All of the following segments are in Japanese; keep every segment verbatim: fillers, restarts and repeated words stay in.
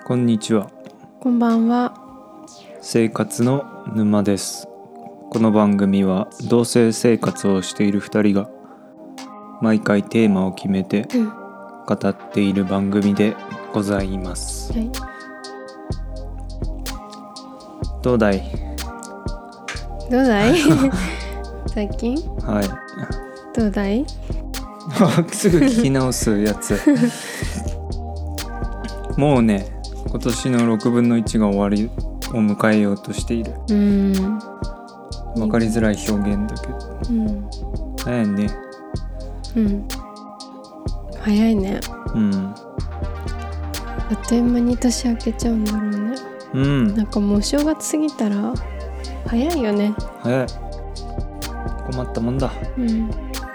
こんにちは。 こんばんは。 生活の沼です。この番組は同性生活をしているふたりが毎回テーマを決めて語っている番組でございます、 はい、 どうだいどうだい最近はいどうだいすぐ聞き直すやつもうね、今年のろくぶんのいちが終わりを迎えようとしている。 うーん、 分かりづらい表現だけど、 うん、 早いね。 うん早いね。 うんあっという間に年明けちゃうんだろうね。 うんなんかもう正月過ぎたら早いよね。 早い。困ったもんだ。 うん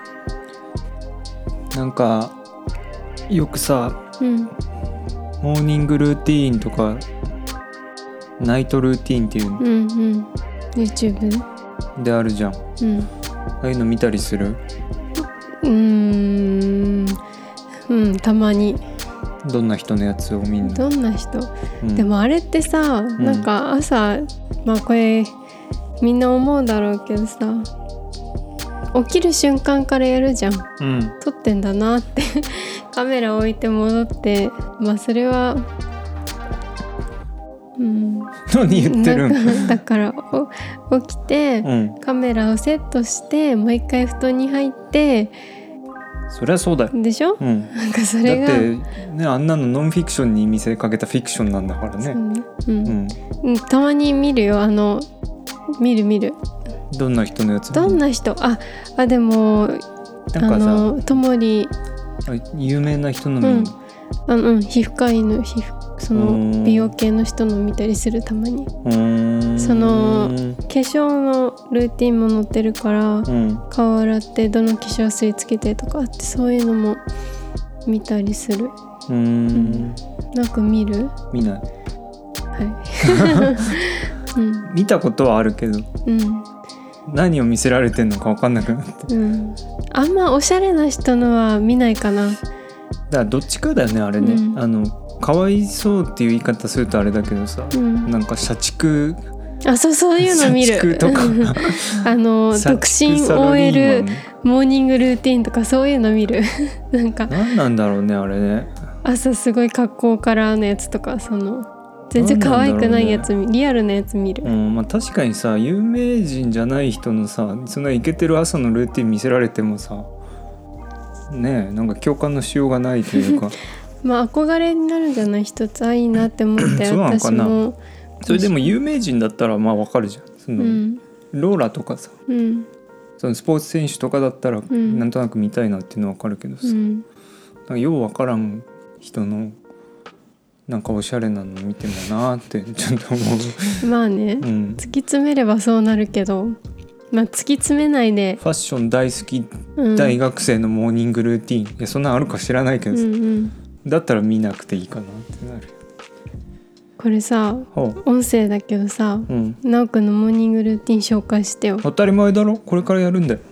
なんかよくさ、 うんモーニングルーティーンとかナイトルーティーンっていうのうんうん YouTube であるじゃん。 うんああいうの見たりする？ うーんうんたまに。 どんな人のやつを見んの？ どんな人、 うん、 でもあれってさ、 んなんか朝まあこれみんな思うだろうけどさ、起きる瞬間からやるじゃん。 うん、 撮ってんだなってカメラ置いて戻って、まあそれはうん何言ってるん？ なんかだからお起きて、 うん、 カメラをセットしてもう一回布団に入ってそりゃそうだよ。 でしょ、 うん、 なんかそだっれがてね、あんなのノンフィクションに見せかけたフィクションなんだからね。 そうね、うんうんうん、たまに見るよ。あの見る見るどんな人のやつ？ どんな人ああでもなんかあさ、 のともり有名な人の見るの？ あの、うん、皮膚科医の皮膚その美容系の人の見たりするたまに。 うーん、 その化粧のルーティンも載ってるから、 うん、 顔洗ってどの化粧水つけてとかあって、そういうのも見たりする。 うーん、 なんか見る？ 見ない。 はい、うん、 見たことはあるけど、 うん何を見せられてんのか分かんなくなって、 うん、あんまおしゃれな人のは見ないかな。 だからどっちかだよねあれね、 うん、 あのかわいそうっていう言い方するとあれだけどさ、 うん、 なんか社畜あそうそういうの見る。 社畜とかあの独身 オーエル モーニングルーティンとかそういうの見る。なんか何なんだろうねあれね。 朝すごい格好からのやつとか、その全然可愛くないやつ、ね、リアルなやつ見る、 うんまあ、確かにさ有名人じゃない人のさそんなイケてる朝のルーティン見せられてもさねえなんか共感のしようがないというかまあ憧れになるんじゃない？一つあいいなって思ってそうなのかな。 私もそれでも有名人だったらまあわかるじゃん。その、うん、ローラとかさ、 うん、 そのスポーツ選手とかだったらなんとなく見たいなっていうのはわかるけどさ、うん、なんかようわからん人のなんかおしゃれなの見てもなーってちょっと思う。 まあね、うん、突き詰めればそうなるけど、まあ突き詰めないで。 ファッション大好き大学生のモーニングルーティーン、うん、いやそんなんあるか知らないけどさ、うんうん、だったら見なくていいかなってなる。 これさ音声だけどさ、うん、なおくんのモーニングルーティン紹介してよ。 当たり前だろ、これからやるんだよ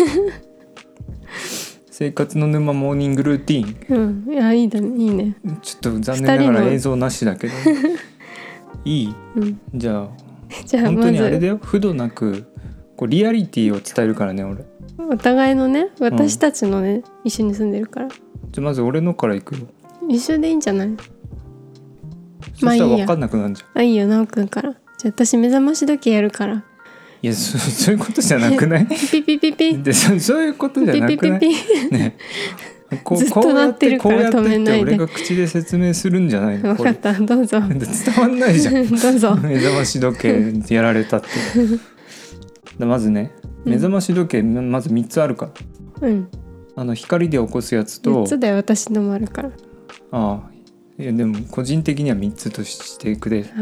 生活の沼モーニングルーティーン、うん、いやいいだね、いいね。 ちょっと残念ながら映像なしだけどいい、うん、じゃあじゃあ本当にあれだよ、不度なくこうリアリティを伝えるからね俺。 お互いのね、私たちのね、うん、一緒に住んでるから。 じゃあまず俺のからいくよ。 一緒でいいんじゃない？ そしたら分かんなくなるじゃん。 まあいいよ、なおくんから。じゃあ私目覚まし時計やるから。 いや そ, そういうことじゃなくないピピピピで そ, そういうことじゃなくないピピピピねこうずっと鳴ってるから止めないで。 俺が口で説明するんじゃないの？ 分かった、どうぞ。 伝わんないじゃんどうぞ。 目覚まし時計やられたってまずね、目覚まし時計まずみっつあるから、うん、あの光で起こすやつとみっつだよ、私のもあるから。 ああいやでも個人的にはみっつとしてくれ、はい、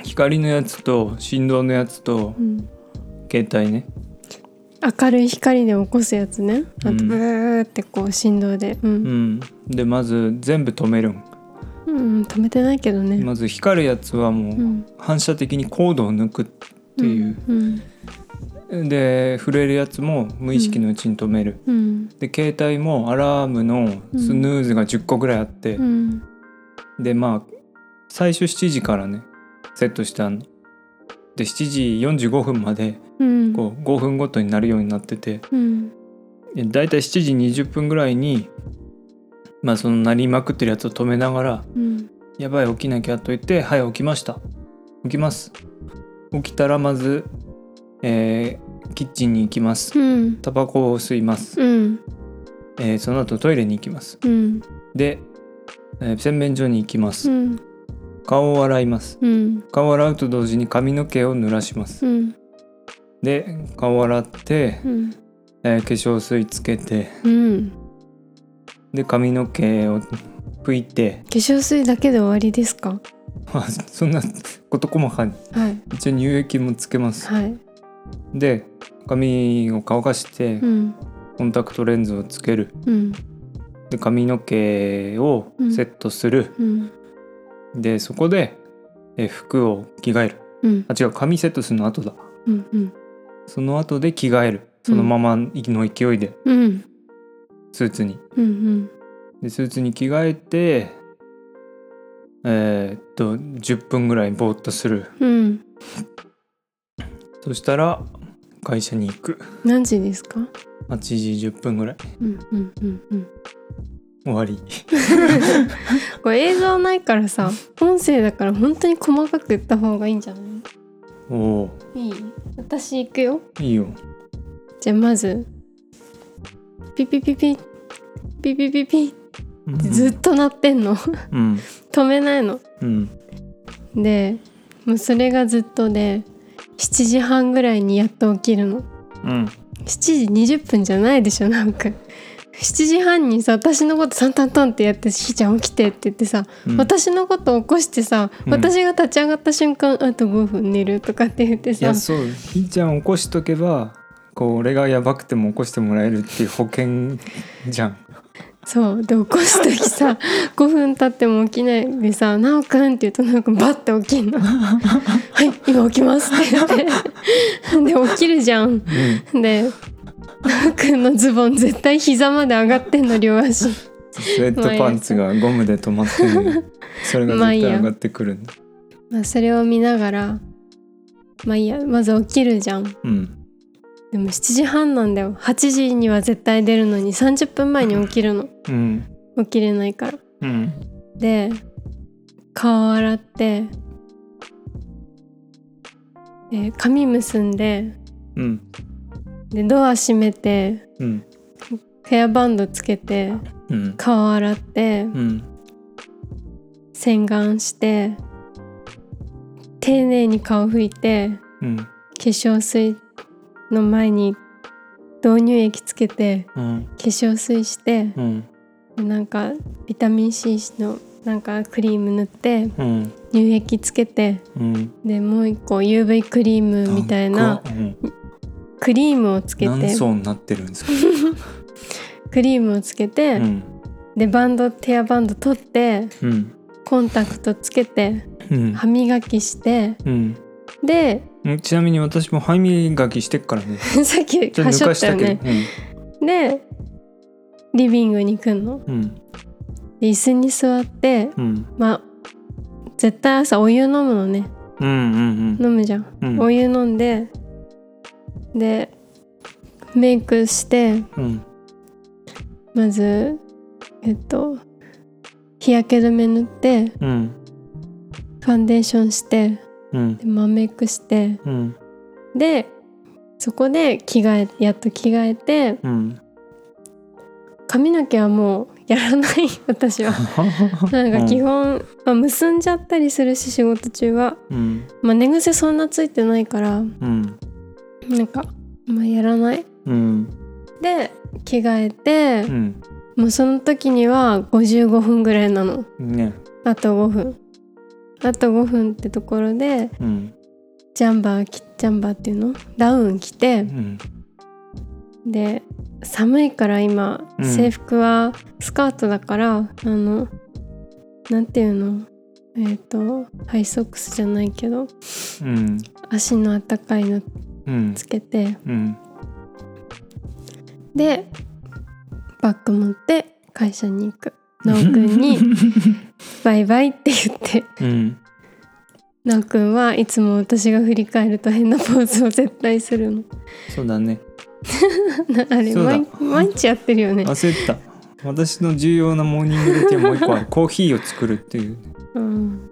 光のやつと振動のやつと、うん、携帯ね、 明るい光で起こすやつね、あとブーってこう振動で、うんうん、でまず全部止めるん、 うん、止めてないけどね。 まず光るやつはもう反射的にコードを抜くっていう、うんうん、で震えるやつも無意識のうちに止める、うん、で携帯もアラームのスヌーズがじゅっこぐらいあって、うん、 でまあ最初しちじからねセットしてあんのでしちじよんじゅうごふんまでうんこうごふんごとになるようになってて、 うんでだいたいしちじにじゅっぷんぐらいにまあその鳴りまくってるやつを止めながら、 うんやばい起きなきゃと言って、はい起きました、起きます。起きたらまず、えーキッチンに行きます。 うんタバコを吸います、 うんえーその後トイレに行きます。 うんで、えー洗面所に行きます、 うん顔を洗います。 うん顔を洗うと同時に髪の毛を濡らします。 うんで顔を洗って、 うんえー化粧水つけて、 うんで髪の毛を拭いて化粧水だけで終わりですか？ あそんなこと細かにはい一応乳液もつけます。 はいで髪を乾かして、 うんコンタクトレンズをつける。 うんで髪の毛をセットする、 うんでそこでえ服を着替える。 うんあ違う、髪セットするの後だ。 うんうんその後で着替える。そのままの勢いでうんスーツにうんでスーツに着替えてえーっとじゅっぷんぐらいぼーっとする。 うんそしたら会社に行く。 何時ですか？ はちじじゅっぷんぐらいうんうんうんうん終わり。 これ映像ないからさ、音声だから本当に細かく言った方がいいんじゃない？ おおいい？私行くよ。 いいよ。 じゃあまずピピピピピピピピってずっと鳴ってんの。 うん止めないの。 うんでもうそれがずっとでしちじはんぐらいにやっと起きるの。 うんしちじにじゅっぷんじゃないでしょ。なんかしちじはんにさ私のことタンタンタンってやってひーちゃん起きてって言ってさ、 うん私のこと起こしてさ、 うん私が立ち上がった瞬間あとごふん寝るとかって言ってさ、 いやそうひーちゃん起こしとけばこう俺がやばくても起こしてもらえるっていう保険じゃん。 そうで起こす時さごふん経っても起きないでさ「なおくん」って言うとなおくんバッて起きんの。はい今起きますって言ってで起きるじゃん。 うんでなおくんのズボン絶対膝まで上がってんの両足。 スウェットパンツがゴムで止まってるのにそれが絶対上がってくるんだ。 まあそれを見ながらまあいいやまず起きるじゃん。 うんでもしちじはんなんだよ。はちじには絶対出るのにさんじゅっぷんまえに起きるの。 うん起きれないから。 うんで顔洗って、えー髪結んでうんでドア閉めてうんヘアバンドつけてうん顔洗ってうん洗顔して丁寧に顔拭いてうん化粧水の前に導入液つけてうん化粧水してうんでなんかビタミン C のなんかクリーム塗ってうん乳液つけてうんでもう一個 ユーブイ クリームみたいなうんクリームをつけ何て層になってるんですか。 クリームをつけて、 うんでバンドヘアバンド取ってうんコンタクトつけてうん歯磨きしてうんでちなみに私も歯磨きしてっからね。 さっきちょっとはしょ抜かしたけったよねど。 でリビングに来んのうんで椅子に座ってうんまあ絶対朝お湯飲むのねうんうん飲むじゃん、 うんお湯飲んででメイクしてうんまずえっと日焼け止め塗ってうんファンデーションしてうんでマメイクしてうんでそこで着替えやっと着替えてうん髪の毛はもうやらない私はなんか基本、まあ、結んじゃったりするし仕事中は、 うんまあ、寝癖そんなついてないからうんなんか、まあ、やらないうんで着替えて、 うんもうその時にはごじゅうごふんぐらいなのねあとごふんあとごふんってところでうんジャンバー着ジャンバーっていうのダウン着てうんで寒いから今、 うん制服はスカートだからあのなんていうのえっ、とハイソックスじゃないけどうん足のあったかいのうんつけてうんでバッグ持って会社に行く。なおくんにバイバイって言ってうんなおくんはいつも私が振り返ると変なポーズを絶対するのそうだね。 あれそうだ毎毎日やってるよね。 焦った。私の重要なモーニングルーティンもう一個ある。コーヒーを作るっていう、 うん、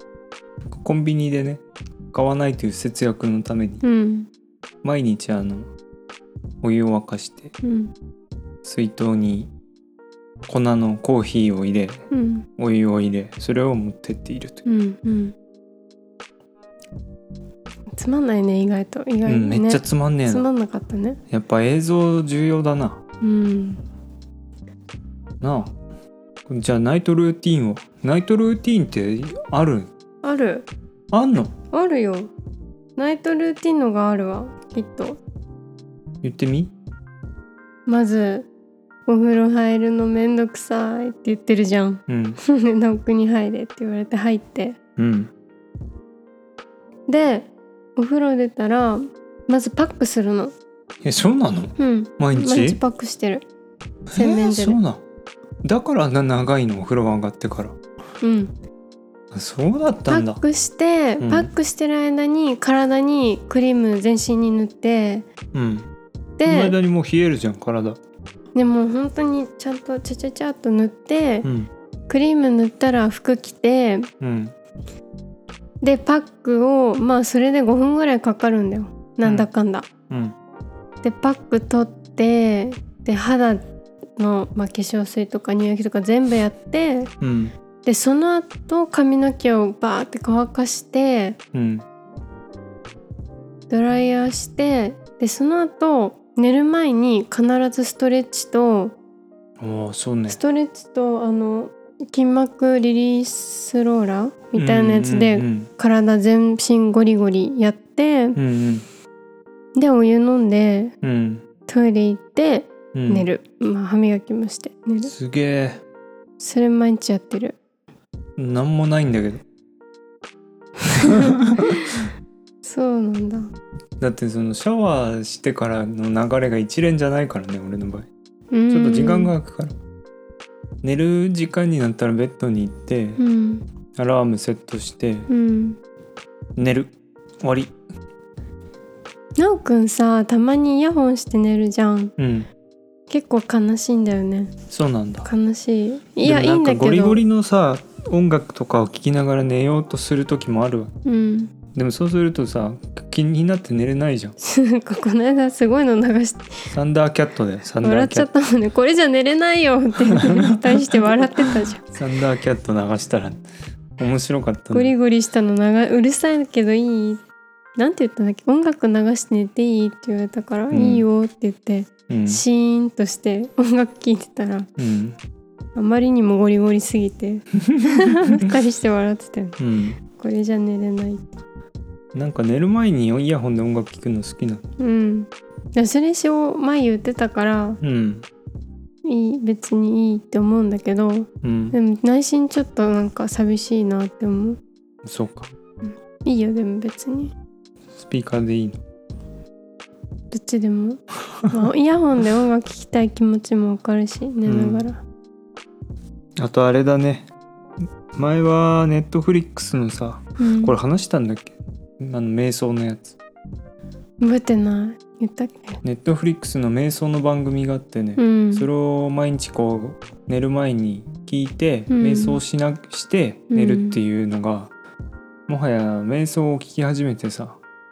コンビニでね買わないという節約のために、 うん、 毎日あのお湯を沸かしてうん、 水筒に粉のコーヒーを入れ、 うん、 お湯を入れ、それを持ってっているという、 うんうん、つまんないね意外と意外うん、 にね、 めっちゃつまんねえな。 つまんなかったね。 やっぱ映像重要だな。 うんなあ。じゃあナイトルーティンをナイトルーティンってあるあるあんのあるよ。ナイトルーティンのがあるわきっと。 言ってみ。 まずお風呂入るのめんどくさいって言ってるじゃん。 うんでなおくに入れって言われて入って、 うんでお風呂出たらまずパックするの。 えそうなの。 うん毎日毎日パックしてる。洗面所で、 えーそうなんだからあんな長いのお風呂上がってから。 うんそうだったんだ。 パックして、 うんパックしてる間に体にクリーム全身に塗って、 うんそので間にもう冷えるじゃん体。 でも本当にちゃんとチャチャチャっと塗って、 うんクリーム塗ったら服着て、 うんでパックをまあそれでごふんぐらいかかるんだよなんだかんだ、 うんでパック取ってで肌の、まあ、化粧水とか乳液とか全部やって、 うんでその後髪の毛をバーって乾かしてうんドライヤーして、でその後寝る前に必ずストレッチとああそうね。 ストレッチとあの筋膜リリースローラーみたいなやつでうんうん体全身ゴリゴリやって、 うんうんでお湯飲んでうんトイレ行ってうん寝る、まあ歯磨きもして寝る。 すげえ。 それ毎日やってる。 なんもないんだけど。 そうなんだ。 だってそのシャワーしてからの流れが一連じゃないからね俺の場合。 うんちょっと時間が空くから。寝る時間になったらベッドに行ってうんアラームセットしてうん寝る。終わり。 なおくんさたまにイヤホンして寝るじゃん。 うん結構悲しいんだよね。 そうなんだ。 悲しい。いやいでもなんかいんだけどゴリゴリのさ音楽とかを聴きながら寝ようとする時もあるわ。 うんでもそうするとさ気になって寝れないじゃん。 この間すごいの流してサンダーキャットだよ。サンダ笑っちゃーキャットったもんね。これじゃ寝れないよってに対して笑ってたじゃん。 サンダーキャット流したら面白かったゴリね。 ゴリしたの流うるさいけどいいなんて言ったんだっけ、音楽流して寝ていいって言われたから、 うんいいよって言ってうんシーンとして音楽聴いてたらうんあまりにもゴリゴリすぎて二人して笑ってたよね。 うんこれじゃ寝れないって。 なんか寝る前にイヤホンで音楽聴くの好きなの。 うんでそれしを前言ってたからうんいい別にいいって思うんだけど、 うんでも内心ちょっとなんか寂しいなって思う。 そうか。 いいよでも別にスピーカーでいいの。 どっちでもまあイヤホンで音楽聴きたい気持ちもわかるし寝ながら、 あとあれだね、前はネットフリックスのさ、 うん、 これ話したんだっけ、あの瞑想のやつ。 覚えてない言ったっけ。 ネットフリックスの瞑想の番組があってね、 うんそれを毎日こう寝る前に聞いて、 うん瞑想しなして寝るっていうのが、もはや瞑想を聞き始めてさ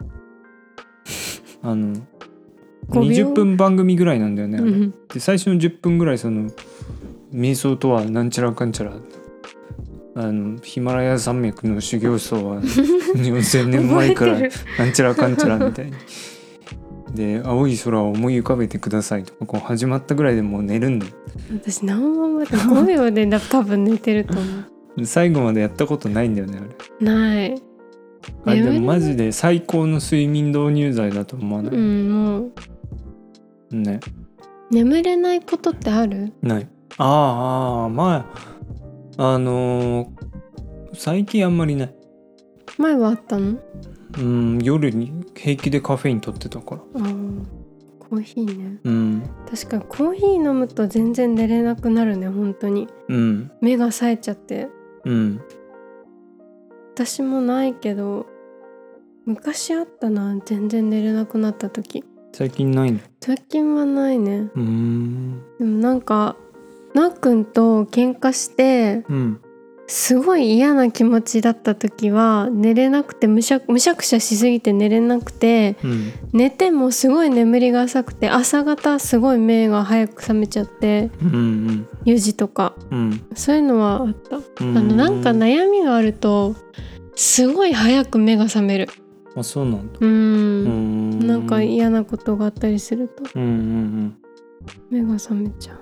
あのごびょうにじゅっぷん番組ぐらいなんだよね、あれ。 うんで最初のじゅっぷんぐらいその瞑想とはなんちゃらかんちゃら、あのヒマラヤ山脈の修行僧はよんせんねんまえから覚えてるなんちゃらかんちゃらみたいにで青い空を思い浮かべてくださいとかこう始まったぐらいでもう寝るんだよ。 私何も覚えてないごびょうで多分寝てると思う。 最後までやったことないんだよね、あれ。 ない。 あれでも眠れないマジで最高の睡眠導入剤だと思わない、 うんもうね。 眠れないことってある？ ない。あーあーまああのー最近あんまりない。 前はあったの？ うん夜に平気でカフェイン取ってたから。 あーコーヒーね。 うん確かにコーヒー飲むと全然寝れなくなるね本当に。 うん目が冴えちゃってうん私もないけど昔あったな、全然寝れなくなった時。 最近ないの？ 最近はないね。 うーん。 でもなんかなっくんと喧嘩してうんすごい嫌な気持ちだった時は寝れなくて、むしゃむしゃくしゃしすぎて寝れなくて、 うん寝てもすごい眠りが浅くて朝方すごい目が早く覚めちゃってうんうんよじとか、 うんそういうのはあった。 うあん。 のなんか悩みがあるとすごい早く目が覚める。 あ、そうなんだ。 うーんうーん。 なんか嫌なことがあったりするとうんうん目が覚めちゃう。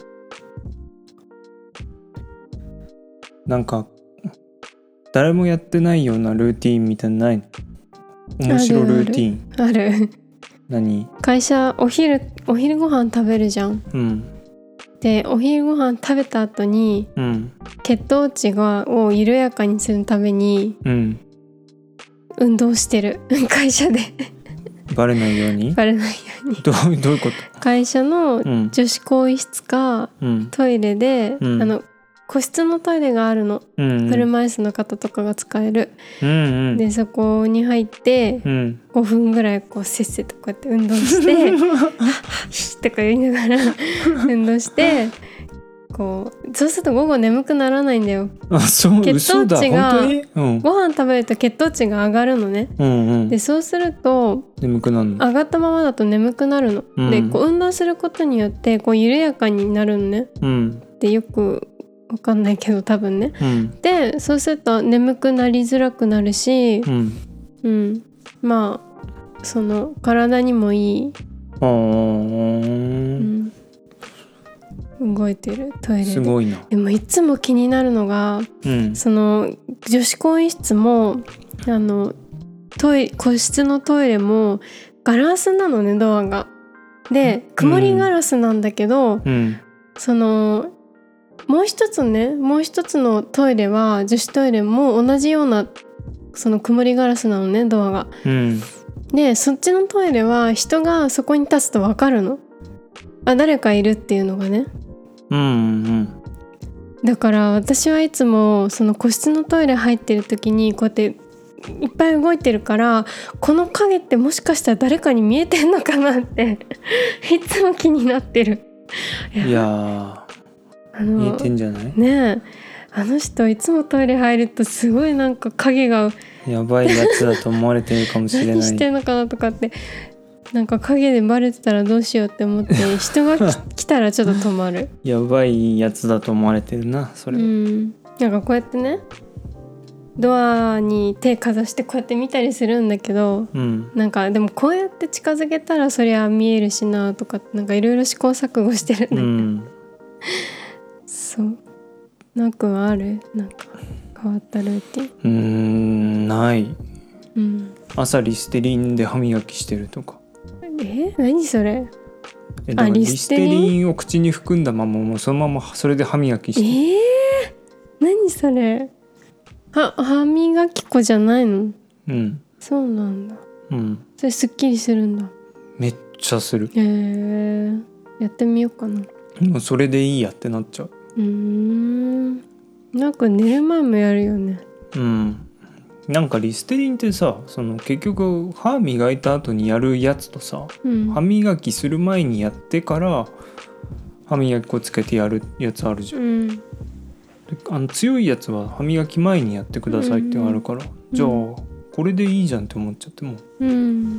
うん。なんか誰もやってないようなルーティーンみたいなのないの？面白ルーティーン。 ある何？ 会社お昼お昼ご飯食べるじゃん。 うんでお昼ご飯食べた後にうん血糖値がを緩やかにするためにうん運動してる会社でバレないように？ バレないようにどうどういうこと？ 会社のうん女子更衣室かうんトイレで、 うんあの個室のトイレがあるの、 うん車椅子の方とかが使える、 うんうんでそこに入ってうんごふんぐらいこうせっせとこうやって運動してとか言いながら運動してこうそうすると午後眠くならないんだよ。 あ、そう血糖嘘だ値が本当に？うんご飯食べると血糖値が上がるのね。 うんうんでそうすると眠くなるの？ 上がったままだと眠くなるの、 うんでこう運動することによってこう緩やかになるのね。 うんでよくわかんないけど多分ね。 うんでそうすると眠くなりづらくなるし、 うんうん、まあその体にもいい、 あうーん、動いてるトイレで。 すごいな。 でもいつも気になるのがうんその女子更衣室もあのトイ個室のトイレもガラスなのね、ドアが。で曇りガラスなんだけど、 うんそのもう一つねもう一つのトイレは女子トイレも同じようなその曇りガラスなのね、ドアが。 うんでそっちのトイレは人がそこに立つと分かるの、あ誰かいるっていうのがね。 うんうんだから私はいつもその個室のトイレ入ってる時にこうやっていっぱい動いてるから、この影ってもしかしたら誰かに見えてんのかなっていつも気になってる。 いやあの見えてんじゃない？ ねえ、あの人いつもトイレ入るとすごいなんか影がやばいやつだと思われてるかもしれない。 何してんのかなとかってなんか影でバレてたらどうしようって思って人がき来たらちょっと止まる。 やばいやつだと思われてるなそれ。 うんなんかこうやってねドアに手かざしてこうやって見たりするんだけど、 うんなんかでもこうやって近づけたらそりゃ見えるしなとかなんかいろいろ試行錯誤してるんだけど、 うんそうなくはあるなんか変わったルーティン。 うーんないうん朝リステリンで歯磨きしてるとか。 え何それ？ えだからリリステステリンリンを口に含んだままもうそのままそれで歯磨きしてえー、何それ？は歯磨き粉じゃないの？ うんそうなんだ。 うんそれすっきりするんだ。 めっちゃする。 へーやってみようかな。 もうそれでいいやってなっちゃう。 うーんなんか寝る前もやるよね。 うんなんかリステリンってさその結局歯磨いた後にやるやつとさ、 うん歯磨きする前にやってから歯磨き粉つけてやるやつあるじゃん。 うんであの強いやつは歯磨き前にやってくださいってあるから、じゃあこれでいいじゃんって思っちゃってもうん、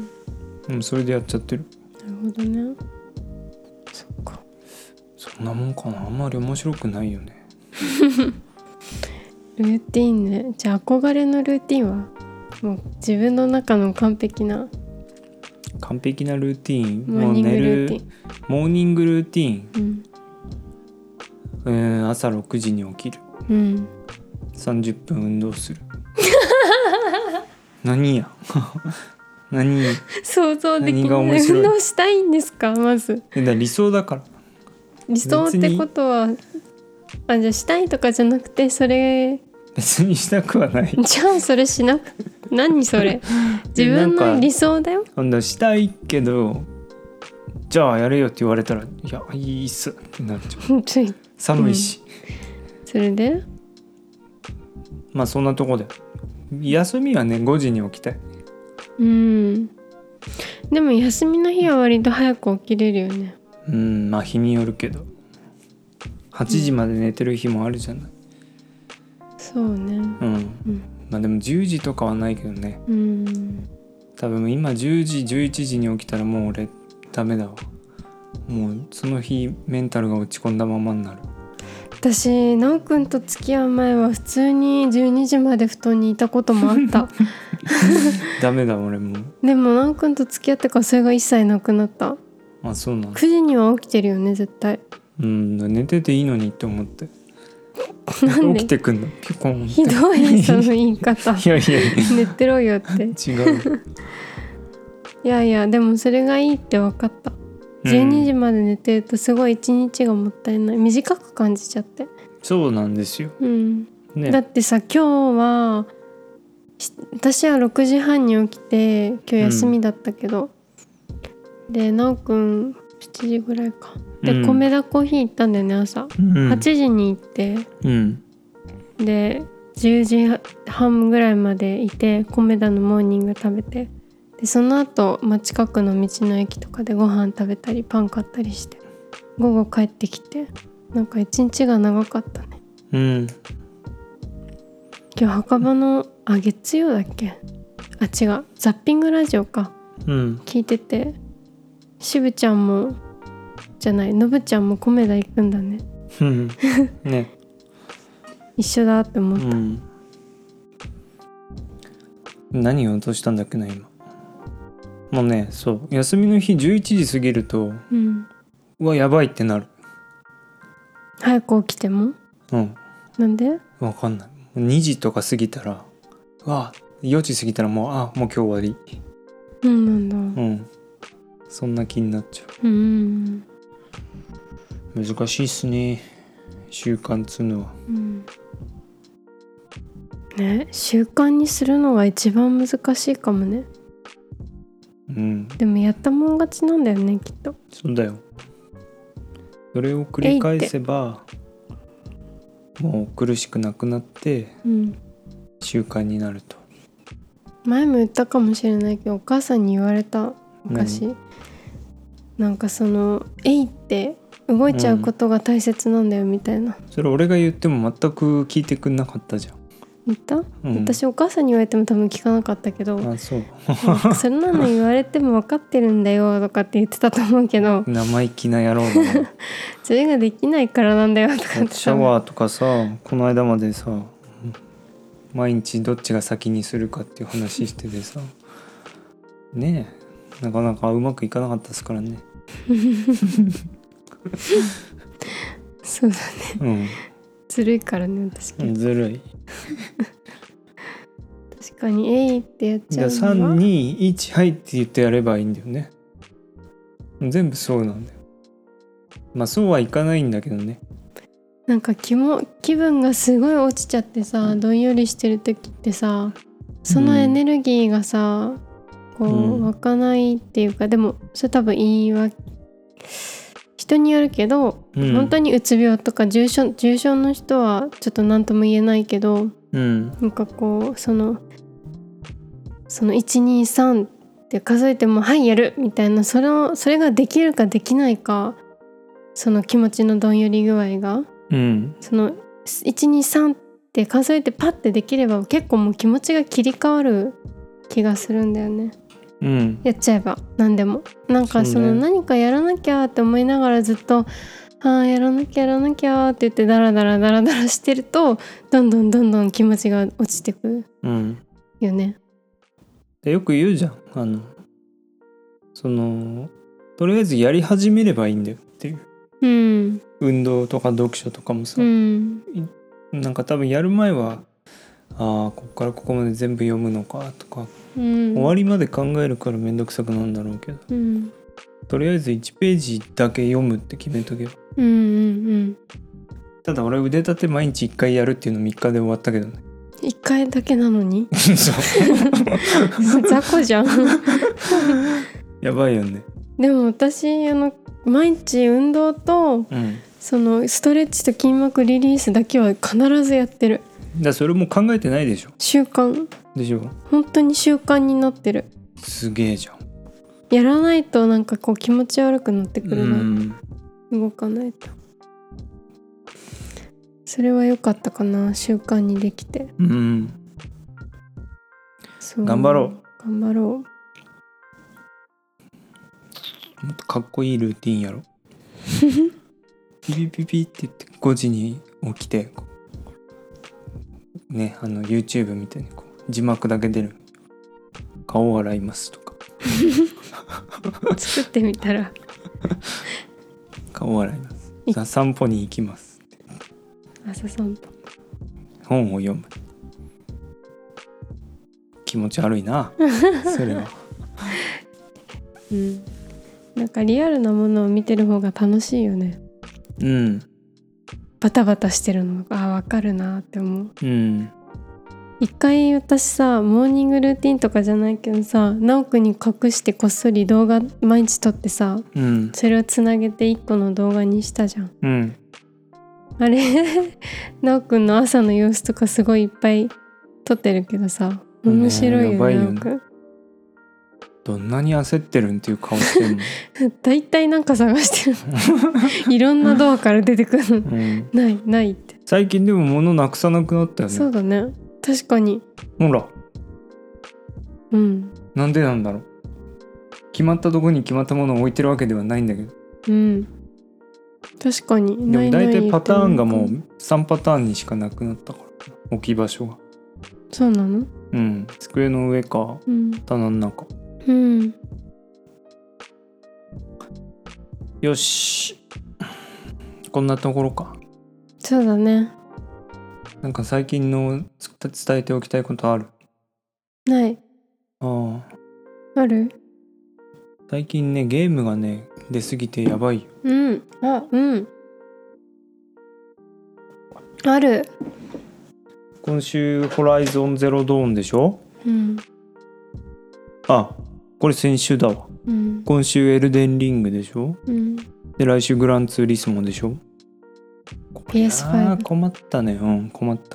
う、うん、それでやっちゃってる。 なるほどね。そっか。 そんなもんかな。あんまり面白くないよね。 ルーティンね。じゃあ憧れのルーティンはもう自分の中の完璧な完璧なルーティーンモーニングルーティン。 もう寝るモーニングルーティーン、 うんえー、朝ろくじに起きる、 うん、 さんじゅっぷん運動する何や何想像でき何がない。 面白い運動したいんですかまず。 えだ理想だから。 理想ってことはあじゃあしたいとかじゃなくてそれ別にしたくはない。 じゃあそれしなく何それ自分の理想だよ。 なんだしたいけどじゃあやれよって言われたらいやいいっすってなっちゃう。 つい寒いし、 それでまあそんなとこで休みはねごじに起きたい。 うんでも休みの日は割と早く起きれるよね。 うんまあ日によるけどはちじまで寝てる日もあるじゃない。 そうね。 うん、うん、まあでもじゅうじとかはないけどね。 うん多分今じゅうじじゅういちじに起きたらもう俺ダメだわ。もうその日メンタルが落ち込んだままになる。 私なおくんと付き合う前は普通にじゅうにじまで布団にいたこともあったダメだ俺も。 でもなおくんと付き合ってからそれが一切なくなった。 あそうなの。 くじには起きてるよね絶対。 うん寝てていいのにって思ってなんで起きてくんのピコンって。 ひどいその言い方いやいや寝てろよって違ういやいやでもそれがいいって分かった。じゅうにじまで寝てるとすごい一日がもったいない、短く感じちゃって。 そうなんですよ、 うんね、 だってさ今日は私はろくじはんに起きて今日休みだったけど、うん、でなおくんしちじぐらいかで、うん、米田コーヒー行ったんだよね朝、うん、はちじに行って、うん、でじゅうじはんぐらいまでいて米田のモーニング食べてでその後、まあ、近くの道の駅とかでご飯食べたりパン買ったりして午後帰ってきてなんか一日が長かったね。 うん今日墓場のあ月曜だっけあ違うザッピングラジオか、うん、聞いてて渋ちゃんもじゃないのぶちゃんも米田行くんだねね一緒だって思った、うん、 何を落としたんだっけな今。もうねそう休みの日じゅういちじ過ぎると、うん、うわやばいってなる。 早く起きてもうんなんでわかんない。にじとか過ぎたらうわよじ過ぎたらもうあもう今日終わり。 うんなんだ。 うんそんな気になっちゃう。 うん難しいっすね習慣つうのは、うんね、習慣にするのが一番難しいかもね。うん、でもやったもん勝ちなんだよねきっと。 そうだよ。それを繰り返せばもう苦しくなくなって、うん、習慣になると。 前も言ったかもしれないけどお母さんに言われた昔なんかそのえいって動いちゃうことが大切なんだよみたいな、 うん、それ俺が言っても全く聞いてくんなかったじゃん。 言った、うん、私お母さんに言われても多分聞かなかったけどあそうそれなの言われても分かってるんだよとかって言ってたと思うけど生意気な野郎だなそれができないからなんだよとかってシャワーとかさこの間までさ毎日どっちが先にするかっていう話しててさねえなかなかうまくいかなかったですからねそうだね、うんずるいからね私、 うん、ずるい確かにえいってやっちゃうのはじゃあさんにいちはいって言ってやればいいんだよね。全部そうなんだよ。まあそうはいかないんだけどね。 なんか気も気分がすごい落ちちゃってさどんよりしてる時ってさそのエネルギーがさ、うん、こう湧かないっていうか、でもそれ多分言い訳人によるけど、うん、本当にうつ病とか重症、重症の人はちょっと何とも言えないけど、うん、なんかこうそのそのいちにさんって数えてもはいやるみたいなそれをそれができるかできないかその気持ちのどんより具合が、うん、そのいちにさんって数えてパッてできれば結構もう気持ちが切り替わる気がするんだよね。うん、やっちゃえば何でもなんかその何かやらなきゃって思いながらずっとああやらなきゃやらなきゃって言ってダラダラダラダラしてるとどんどんどんどん気持ちが落ちてくよね、 うん、よく言うじゃんあのそのとりあえずやり始めればいいんだよっていう、うん、運動とか読書とかもさ、うん、なんか多分やる前はああここからここまで全部読むのかとか、うん、終わりまで考えるからめんどくさくなるんだろうけど、うん、とりあえずいちページだけ読むって決めとけば、うんうんうん、ただ俺腕立て毎日いっかいやるっていうのみっかで終わったけどね。 いっかいだけなのにそう雑魚じゃんやばいよね。 でも私あの毎日運動と、うん、そのストレッチと筋膜リリースだけは必ずやってる。 だそれも考えてないでしょ。 習慣でしょ。 本当に習慣になってる。 すげえじゃん。 やらないとなんかこう気持ち悪くなってくるな、 うん、 動かないと。それは良かったかな、習慣にできて。 うん、 そう頑張ろう。 頑張ろう。 もっとかっこいいルーティンやろ。ピピピピって言ってごじに起きてね、あの YouTube みたいにこう字幕だけ出る。顔を洗いますとか作ってみたら顔を洗います。さ散歩に行きます。 朝散歩。 本を読む。気持ち悪いなそれは。 うん。なんかリアルなものを見てる方が楽しいよね。 うん。 バタバタしてるのが分かるなって思う。 うん。 一回私さ、モーニングルーティンとかじゃないけどさ、ナオくんに隠してこっそり動画毎日撮ってさ、 うん、 それをつなげて一個の動画にしたじゃん。 うん、 あれナオくんの朝の様子とかすごいいっぱい撮ってるけどさ、面白いよね、 やばいよね。 ナオくん。 どんなに焦ってるんっていう顔してるの。 だいたいなんか探してるいろんなドアから出てくるの、うん、ないないって。 最近でも物なくさなくなったよね。 そうだね、確かに。 ほら、 うん、 なんでなんだろう。決まったとこに決まったものを置いてるわけではないんだけど。 うん、確かに。 でも大体パターンがもうさんパターンにしかなくなったから、置き場所が。 そうなの？ うん、机の上か、うん、棚の中。うん。よし、こんなところか。 そうだね。 なんか最近の伝えておきたいことある？ ない。 ああ。ある？ 最近ね、ゲームがね出すぎてやばいよ。 うん。あ、うん。ある。 今週ホライゾンゼロドーンでしょ？うん。あ、これ先週だわ。うん、今週エルデンリングでしょ？うん。で来週グランツーリスモでしょ？ ピーエスファイブ。 あー困ったね。うん困った。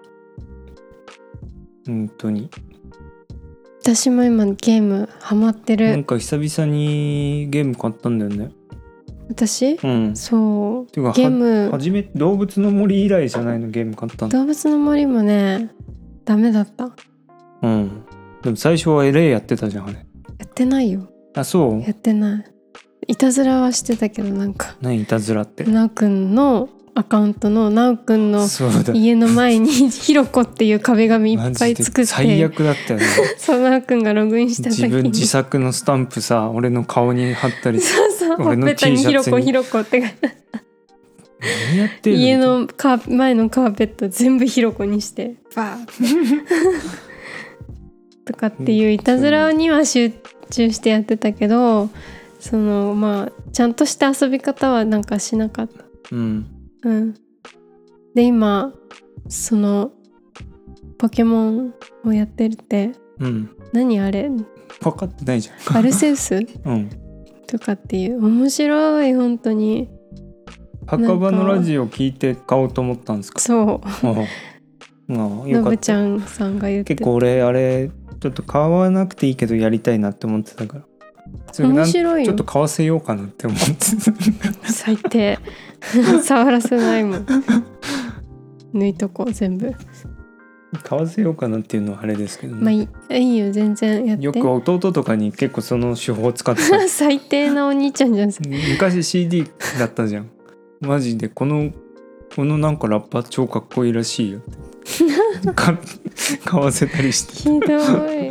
本当に。 私も今ゲームハマってる。 なんか久々にゲーム買ったんだよね。 私？うん。そう。てかゲーム初め動物の森以来じゃないのゲーム買ったの。 動物の森もねダメだった。 うん。でも最初は エルエー やってたじゃんあれ。 やってないよ。 あ、そう？やってない。いたずらはしてたけどなんか。 何いたずらって？ なおくんのアカウントのなおくんの家の前にひろこっていう壁紙いっぱい作って最悪だったよね。 そうなおくんがログインした時に自分自作のスタンプさ俺の顔に貼ったりそうそう俺の T シャツにひろこひろこって何やってるの家のカー前のカーペット全部ひろこにしてバーとかっていういたずらには集中してやってたけど、そのまあちゃんとした遊び方はなんかしなかった。うんうん、で今そのポケモンをやってるって、うん、何あれ分かってないじゃん。 アルセウス、うん、とかっていう面白い本当に。 墓場のラジオ聞いて買おうと思ったんですか？ そうのぶちゃんさんが言って結構俺あれちょっと買わなくていいけどやりたいなって思ってたから、面白いよ。ちょっと買わせようかなって思って最低触らせないもん抜いとこう全部。 買わせようかなっていうのはあれですけどね。 まあいい、いいよ全然やって。 よく弟とかに結構その手法を使ってた最低なお兄ちゃんじゃん。 昔 シーディー だったじゃん。マジでこのこのなんかラッパー超かっこいいらしいよって買わせたりしてひどい。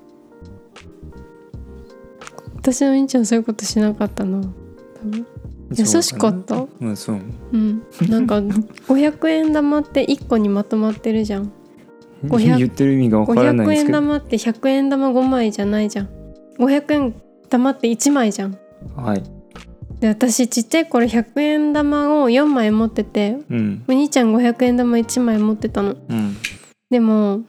私のお兄ちゃんそういうことしなかったな多分。優しかった。 うん、そう。 うん。なんかごひゃくえん玉っていっこにまとまってるじゃん。 言ってる意味がわからないんですけど。 ごひゃくえん玉ってひゃくえん玉ごまいじゃないじゃん。ごひゃくえん玉っていちまいじゃん。 はい。 で私ちっちゃい頃ひゃくえん玉をよんまい持ってて、うん、お兄ちゃんごひゃくえん玉いちまい持ってたの。うん、でも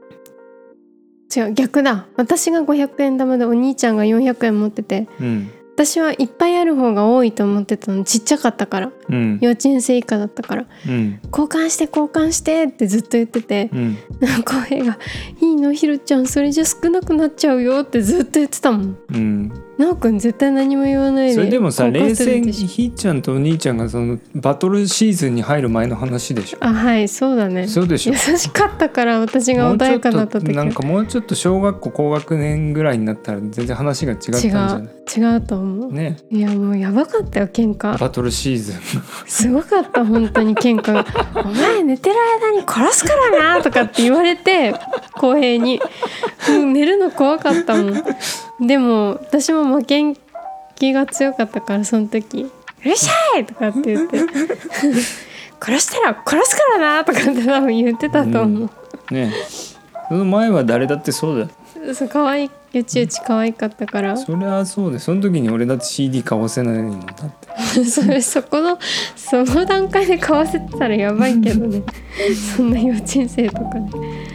違う逆だ。私がごひゃくえん玉でお兄ちゃんがよんひゃくえん持ってて、うん、 私はいっぱいある方が多いと思ってたの。ちっちゃかったから、 うん、 幼稚園生以下だったから、 うん、 交換して交換してってずっと言ってて、 うん、 浩平がいいのひろちゃんそれじゃ少なくなっちゃうよってずっと言ってたもん。 うん、 なおくん絶対何も言わないで。 それでもさ、 交換冷静にするでしょ。 ひーちゃんとお兄ちゃんがそのバトルシーズンに入る前の話でしょ。 あ、はいそうだね。 そうでしょ。 優しかったから私が穏やかだった時は。 なんかもうちょっと小学校高学年ぐらいになったら全然話が違ったんじゃない？ 違う違うと思う、 ね。 いやもうやばかったよ喧嘩。 バトルシーズンすごかった本当に喧嘩がお前寝てる間に殺すからなとかって言われて浩平にもう寝るの怖かったもん。でも私も負けん気が強かったからその時うるしゃいとかって言って殺したら殺すからなとかって多分言ってたと思う、 うん、ね。その前は誰だってそうだよ。 そう可愛いよちよち可愛かったから。 それはそうで、その時に俺だって シーディー 買わせないもんだってそれそこのその段階で買わせてたらやばいけどねそんな幼稚園生とかね。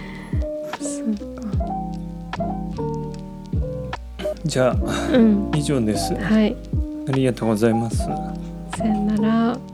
そうか。 じゃあ、うん、以上です。 はい。 ありがとうございます。 さよなら。